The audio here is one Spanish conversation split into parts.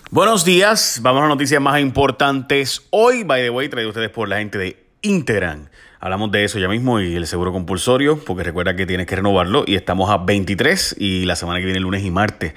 Buenos días, vamos a las noticias más importantes. Hoy, by the way, traído ustedes por la gente de Integran. Hablamos de eso ya mismo y el seguro compulsorio, porque recuerda que tienes que renovarlo y estamos a 23 y la semana que viene, lunes y martes,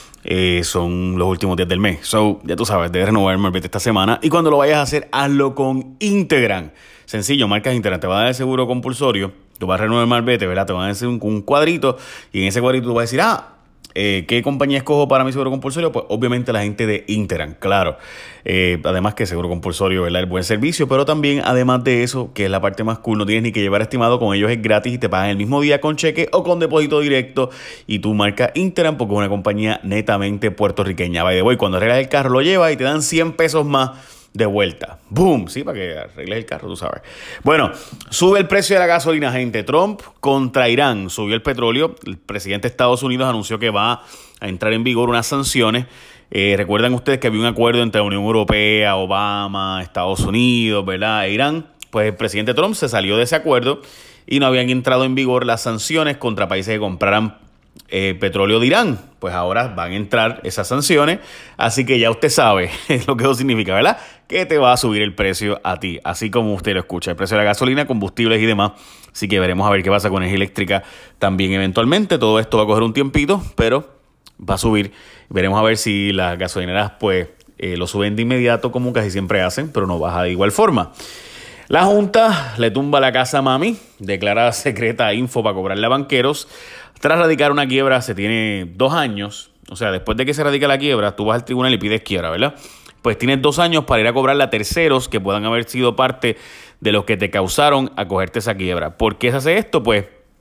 son los últimos días del mes. So, ya tú sabes, debes renovar el Marbete esta semana y cuando lo vayas a hacer, hazlo con Integran. Sencillo, marcas Integran, te va a dar el seguro compulsorio, tú vas a renovar el Marbete, ¿verdad? Te van a hacer un cuadrito y en ese cuadrito tú vas a decir, ¿qué compañía escojo para mi seguro compulsorio? Pues obviamente la gente de Interan, claro. Además que seguro compulsorio, ¿verdad? El buen servicio, pero también además de eso, que es la parte más cool, no tienes ni que llevar estimado, con ellos es gratis y te pagan el mismo día con cheque o con depósito directo y tú marcas Interan porque es una compañía netamente puertorriqueña. By the way, cuando arreglas el carro lo llevas y te dan 100 pesos más de vuelta. ¡Boom! Sí, para que arregles el carro, tú sabes. Bueno, sube el precio de la gasolina, gente. Trump contra Irán. Subió el petróleo. El presidente de Estados Unidos anunció que va a entrar en vigor unas sanciones. Recuerdan ustedes que había un acuerdo entre la Unión Europea, Obama, Estados Unidos, ¿verdad? E Irán. Pues el presidente Trump se salió de ese acuerdo y no habían entrado en vigor las sanciones contra países que compraran petróleo de Irán. Pues ahora van a entrar esas sanciones, así que ya usted sabe lo que eso significa, ¿verdad? Que te va a subir el precio a ti, así como usted lo escucha, el precio de la gasolina, combustibles y demás. Así que veremos a ver qué pasa con energía eléctrica también eventualmente. Todo esto va a coger un tiempito, pero va a subir. Veremos a ver si las gasolineras pues lo suben de inmediato como casi siempre hacen, pero no baja de igual forma. La Junta le tumba la casa a Mami, declara secreta info para cobrarle a banqueros. Tras radicar una quiebra, se tiene 2 años. O sea, después de que se radica la quiebra, tú vas al tribunal y pides quiebra, ¿verdad? Pues tienes 2 años para ir a cobrarle a terceros que puedan haber sido parte de los que te causaron acogerte esa quiebra. ¿Por qué se hace esto? Pues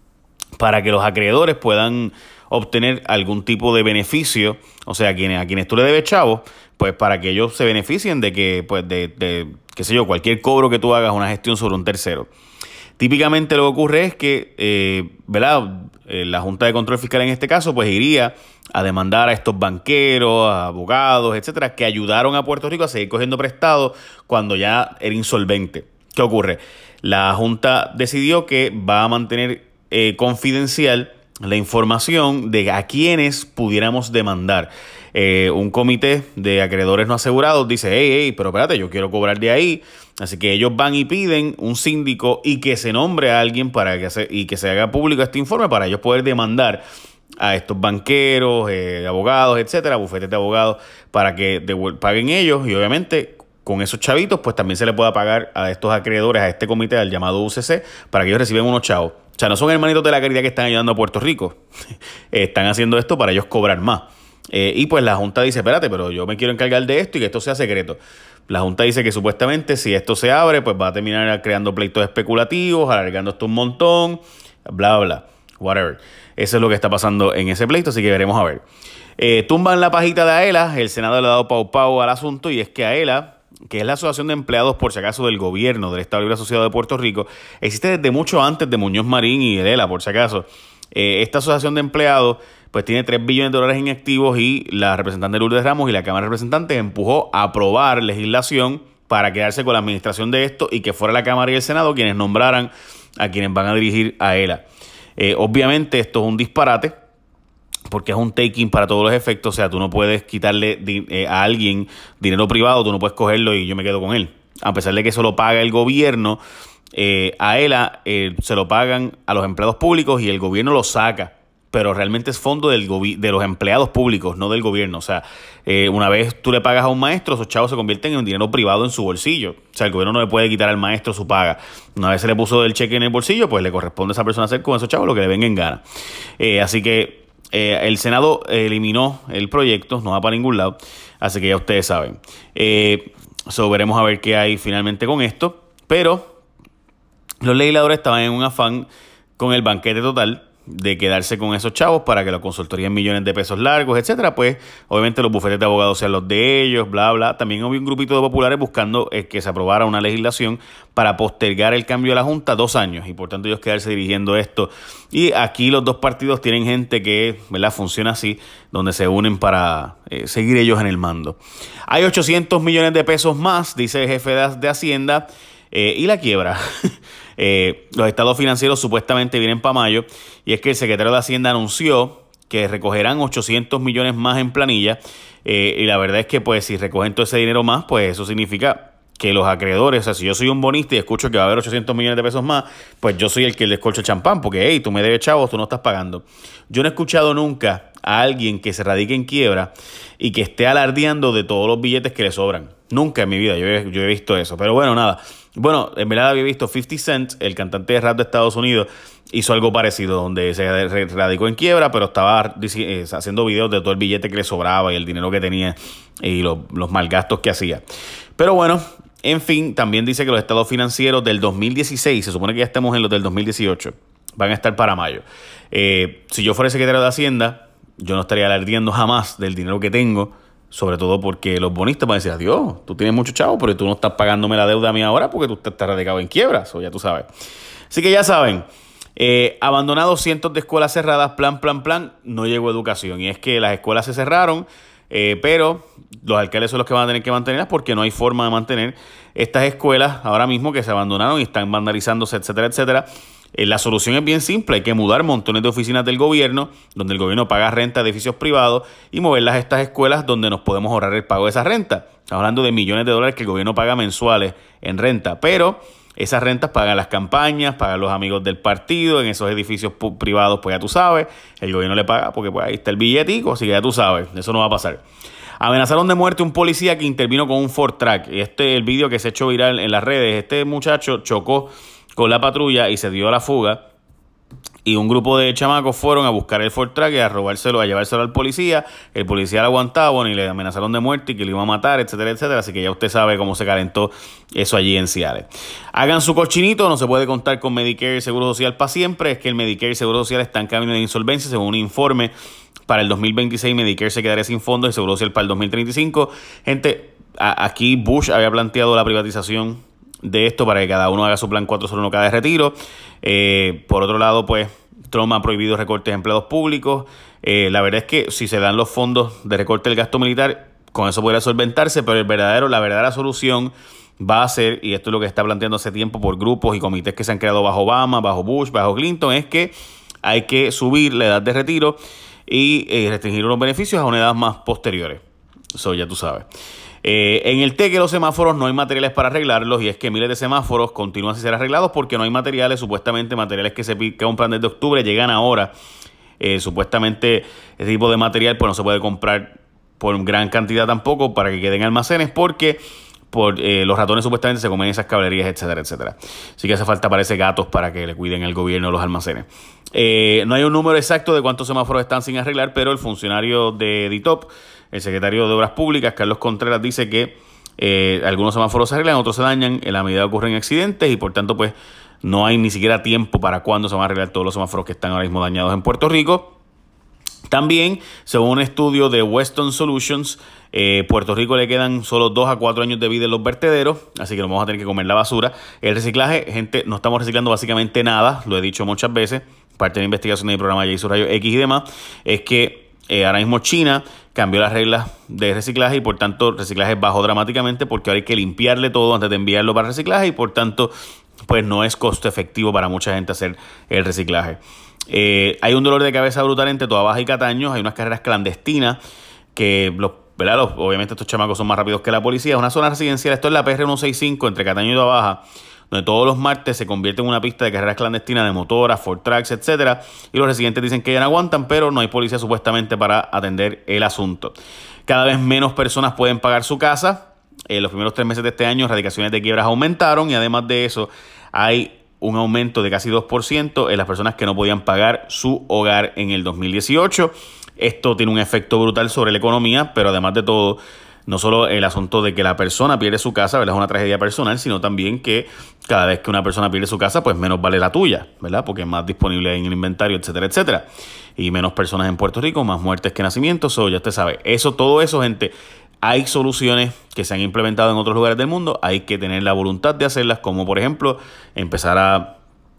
para que los acreedores puedan obtener algún tipo de beneficio, o sea, a quienes tú le debes chavo, pues para que ellos se beneficien de que, pues de qué sé yo, cualquier cobro que tú hagas, una gestión sobre un tercero. Típicamente lo que ocurre es que, ¿verdad? La Junta de Control Fiscal en este caso, pues iría a demandar a estos banqueros, a abogados, etcétera, que ayudaron a Puerto Rico a seguir cogiendo prestado cuando ya era insolvente. ¿Qué ocurre? La Junta decidió que va a mantener confidencial la información de a quienes pudiéramos demandar. Un comité de acreedores no asegurados dice, hey, pero espérate, yo quiero cobrar de ahí. Así que ellos van y piden un síndico y que se nombre a alguien para que se haga público este informe para ellos poder demandar a estos banqueros, abogados, etcétera, bufetes de abogados, para que paguen ellos y obviamente con esos chavitos pues también se le pueda pagar a estos acreedores, a este comité, al llamado UCC, para que ellos reciban unos chavos. O sea, no son hermanitos de la caridad que están ayudando a Puerto Rico. Están haciendo esto para ellos cobrar más. Y pues la Junta dice, espérate, pero yo me quiero encargar de esto y que esto sea secreto. La Junta dice que supuestamente si esto se abre, pues va a terminar creando pleitos especulativos, alargando esto un montón, bla, bla, whatever. Eso es lo que está pasando en ese pleito, así que veremos a ver. Tumban la pajita de AELA, el Senado le ha dado pau al asunto y es que AELA, que es la Asociación de Empleados, por si acaso, del gobierno del Estado Libre Asociado de Puerto Rico, existe desde mucho antes de Muñoz Marín y de ELA, por si acaso. Esta Asociación de Empleados pues tiene $3 billones en activos y la representante Lourdes Ramos y la Cámara de Representantes empujó a aprobar legislación para quedarse con la administración de esto y que fuera la Cámara y el Senado quienes nombraran a quienes van a dirigir a ELA. Obviamente esto es un disparate porque es un taking para todos los efectos. O sea, tú no puedes quitarle a alguien dinero privado, tú no puedes cogerlo y yo me quedo con él. A pesar de que eso lo paga el gobierno, a ELA se lo pagan a los empleados públicos y el gobierno lo saca. Pero realmente es fondo de los empleados públicos, no del gobierno. O sea, una vez tú le pagas a un maestro, esos chavos se convierten en un dinero privado en su bolsillo. O sea, el gobierno no le puede quitar al maestro su paga. Una vez se le puso el cheque en el bolsillo, pues le corresponde a esa persona hacer con esos chavos lo que le venga en gana. Así que el Senado eliminó el proyecto, no va para ningún lado. Así que ya ustedes saben. Veremos a ver qué hay finalmente con esto. Pero los legisladores estaban en un afán con el banquete total de quedarse con esos chavos para que la consultoría en millones de pesos largos, etcétera, pues obviamente los bufetes de abogados sean los de ellos, bla, bla. También había un grupito de populares buscando que se aprobara una legislación para postergar el cambio de la Junta 2 años y por tanto ellos quedarse dirigiendo esto. Y aquí los dos partidos tienen gente que, ¿verdad?, funciona así, donde se unen para seguir ellos en el mando. Hay 800 millones de pesos más, dice el jefe de Hacienda, y la quiebra. Los estados financieros supuestamente vienen para mayo y es que el secretario de Hacienda anunció que recogerán 800 millones más en planilla Y la verdad es que pues si recogen todo ese dinero más, pues eso significa que los acreedores, o sea, si yo soy un bonista y escucho que va a haber 800 millones de pesos más, pues yo soy el que le escorcho el champán, porque, hey, tú me debes chavos, tú no estás pagando. Yo no he escuchado nunca a alguien que se radique en quiebra y que esté alardeando de todos los billetes que le sobran. Nunca en mi vida yo he visto eso. Pero bueno, nada. Bueno, en verdad había visto 50 Cent, el cantante de rap de Estados Unidos, hizo algo parecido, donde se radicó en quiebra, pero estaba haciendo videos de todo el billete que le sobraba y el dinero que tenía y los malgastos que hacía. Pero bueno, en fin, también dice que los estados financieros del 2016, se supone que ya estamos en los del 2018, van a estar para mayo. Si yo fuera secretario de Hacienda, yo no estaría alardeando jamás del dinero que tengo, sobre todo porque los bonistas van a decir, adiós, tú tienes mucho chavo, pero tú no estás pagándome la deuda a mí ahora porque tú estás radicado en quiebras, o ya tú sabes. Así que ya saben, abandonados cientos de escuelas cerradas, plan, no llegó educación. Y es que las escuelas se cerraron, pero los alcaldes son los que van a tener que mantenerlas porque no hay forma de mantener estas escuelas ahora mismo que se abandonaron y están vandalizándose, etcétera, etcétera. La solución es bien simple, hay que mudar montones de oficinas del gobierno, donde el gobierno paga renta de edificios privados y moverlas a estas escuelas donde nos podemos ahorrar el pago de esa renta. Estamos hablando de millones de dólares que el gobierno paga mensuales en renta, pero esas rentas pagan las campañas, pagan los amigos del partido, en esos edificios privados, pues ya tú sabes, el gobierno le paga porque pues ahí está el billetico, así que ya tú sabes, eso no va a pasar. Amenazaron de muerte un policía que intervino con un Ford Track. El vídeo que se ha hecho viral en las redes, este muchacho chocó con la patrulla y se dio a la fuga. Y un grupo de chamacos fueron a buscar el Ford Track y a robárselo, a llevárselo al policía. El policía lo aguantaba y le amenazaron de muerte y que lo iba a matar, etcétera, etcétera. Así que ya usted sabe cómo se calentó eso allí en Ciales. Hagan su cochinito, no se puede contar con Medicare y Seguro Social para siempre. Es que el Medicare y Seguro Social está en camino de insolvencia, según un informe. Para el 2026 Medicare se quedaría sin fondos y Seguro Social para el 2035. Gente, aquí Bush había planteado la privatización de esto para que cada uno haga su plan 401k de retiro. Por otro lado, pues Trump ha prohibido recortes de empleados públicos. La verdad es que si se dan los fondos de recorte del gasto militar, con eso podría solventarse, pero la verdadera solución va a ser, y esto es lo que está planteando hace tiempo por grupos y comités que se han creado bajo Obama, bajo Bush, bajo Clinton, es que hay que subir la edad de retiro y restringir los beneficios a una edad más posteriores. Eso ya tú sabes. En el TEC, los semáforos no hay materiales para arreglarlos, y es que miles de semáforos continúan sin ser arreglados porque no hay materiales. Supuestamente materiales que se compran desde octubre llegan ahora. Supuestamente ese tipo de material pues no se puede comprar por gran cantidad tampoco para que queden en almacenes porque los ratones supuestamente se comen esas cablerías, etcétera, etcétera. Así que hace falta, parece, gatos para que le cuiden al gobierno los almacenes. No hay un número exacto de cuántos semáforos están sin arreglar, pero el funcionario de DITOP, el secretario de Obras Públicas, Carlos Contreras, dice que algunos semáforos se arreglan, otros se dañan en la medida que ocurren accidentes y por tanto pues no hay ni siquiera tiempo para cuándo se van a arreglar todos los semáforos que están ahora mismo dañados en Puerto Rico. También, según un estudio de Weston Solutions, Puerto Rico le quedan solo 2 a 4 años de vida en los vertederos, así que nos vamos a tener que comer la basura. El reciclaje, gente, no estamos reciclando básicamente nada, lo he dicho muchas veces, parte de la investigación del programa J. Rayo X y demás, es que ahora mismo China cambió las reglas de reciclaje y por tanto el reciclaje bajó dramáticamente porque ahora hay que limpiarle todo antes de enviarlo para reciclaje y por tanto pues no es costo efectivo para mucha gente hacer el reciclaje. Hay un dolor de cabeza brutal entre Toa Baja y Cataño. Hay unas carreras clandestinas que obviamente estos chamacos son más rápidos que la policía. Es una zona residencial, esto es la PR 165 entre Cataño y Toa Baja, donde todos los martes se convierte en una pista de carreras clandestinas de motoras, Ford Tracks, etcétera. Y los residentes dicen que ya no aguantan, pero no hay policía supuestamente para atender el asunto. Cada vez menos personas pueden pagar su casa. En los primeros 3 meses de este año, radicaciones de quiebras aumentaron y además de eso hay un aumento de casi 2% en las personas que no podían pagar su hogar en el 2018. Esto tiene un efecto brutal sobre la economía, pero además de todo, no solo el asunto de que la persona pierde su casa, ¿verdad? Es una tragedia personal, sino también que cada vez que una persona pierde su casa, pues menos vale la tuya, ¿verdad? Porque es más disponible en el inventario, etcétera, etcétera. Y menos personas en Puerto Rico, más muertes que nacimientos. Ya usted sabe, todo eso, gente, hay soluciones que se han implementado en otros lugares del mundo, hay que tener la voluntad de hacerlas, como por ejemplo empezar a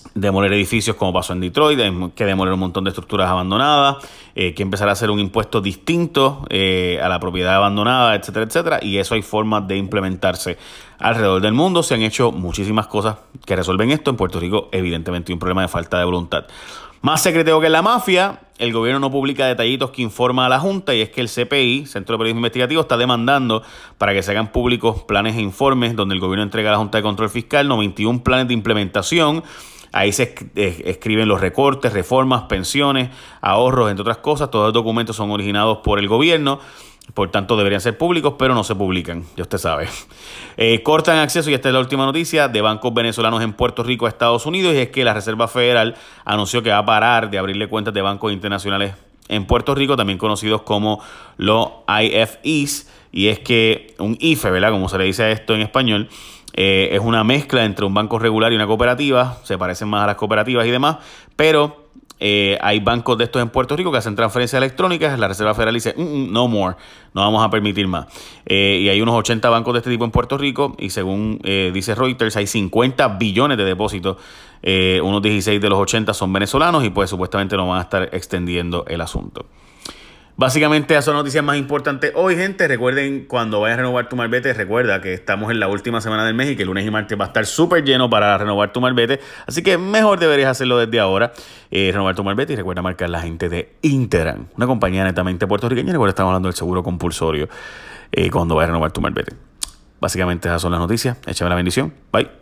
demoler edificios como pasó en Detroit, que demoler un montón de estructuras abandonadas, que empezar a hacer un impuesto distinto a la propiedad abandonada, etcétera, etcétera. Y eso hay formas de implementarse alrededor del mundo. Se han hecho muchísimas cosas que resuelven esto. En Puerto Rico, evidentemente, hay un problema de falta de voluntad. Más secreteo que en la mafia, el gobierno no publica detallitos que informa a la Junta, y es que el CPI, Centro de Periodismo Investigativo, está demandando para que se hagan públicos planes e informes donde el gobierno entrega a la Junta de Control Fiscal 91 planes de implementación. Ahí se escriben los recortes, reformas, pensiones, ahorros, entre otras cosas. Todos los documentos son originados por el gobierno, por tanto deberían ser públicos, pero no se publican, ya usted sabe. Cortan acceso, y esta es la última noticia, de bancos venezolanos en Puerto Rico a Estados Unidos, y es que la Reserva Federal anunció que va a parar de abrirle cuentas de bancos internacionales en Puerto Rico, también conocidos como los IFEs, y es que un IFE, ¿verdad?, como se le dice a esto en español, es una mezcla entre un banco regular y una cooperativa. Se parecen más a las cooperativas y demás, pero hay bancos de estos en Puerto Rico que hacen transferencias electrónicas. La Reserva Federal dice, no more, no vamos a permitir más. Y hay unos 80 bancos de este tipo en Puerto Rico, y según dice Reuters, hay 50 billones de depósitos. Unos 16 de los 80 son venezolanos, y pues supuestamente no van a estar extendiendo el asunto. Básicamente esas son las noticias más importantes hoy, gente. Recuerden, cuando vayas a renovar tu marbete, recuerda que estamos en la última semana del mes y que el lunes y martes va a estar súper lleno para renovar tu marbete. Así que mejor deberías hacerlo desde ahora, renovar tu marbete, y recuerda marcar la gente de Integran, una compañía netamente puertorriqueña. Recuerda, estamos hablando del seguro compulsorio cuando vayas a renovar tu marbete. Básicamente esas son las noticias. Échame la bendición. Bye.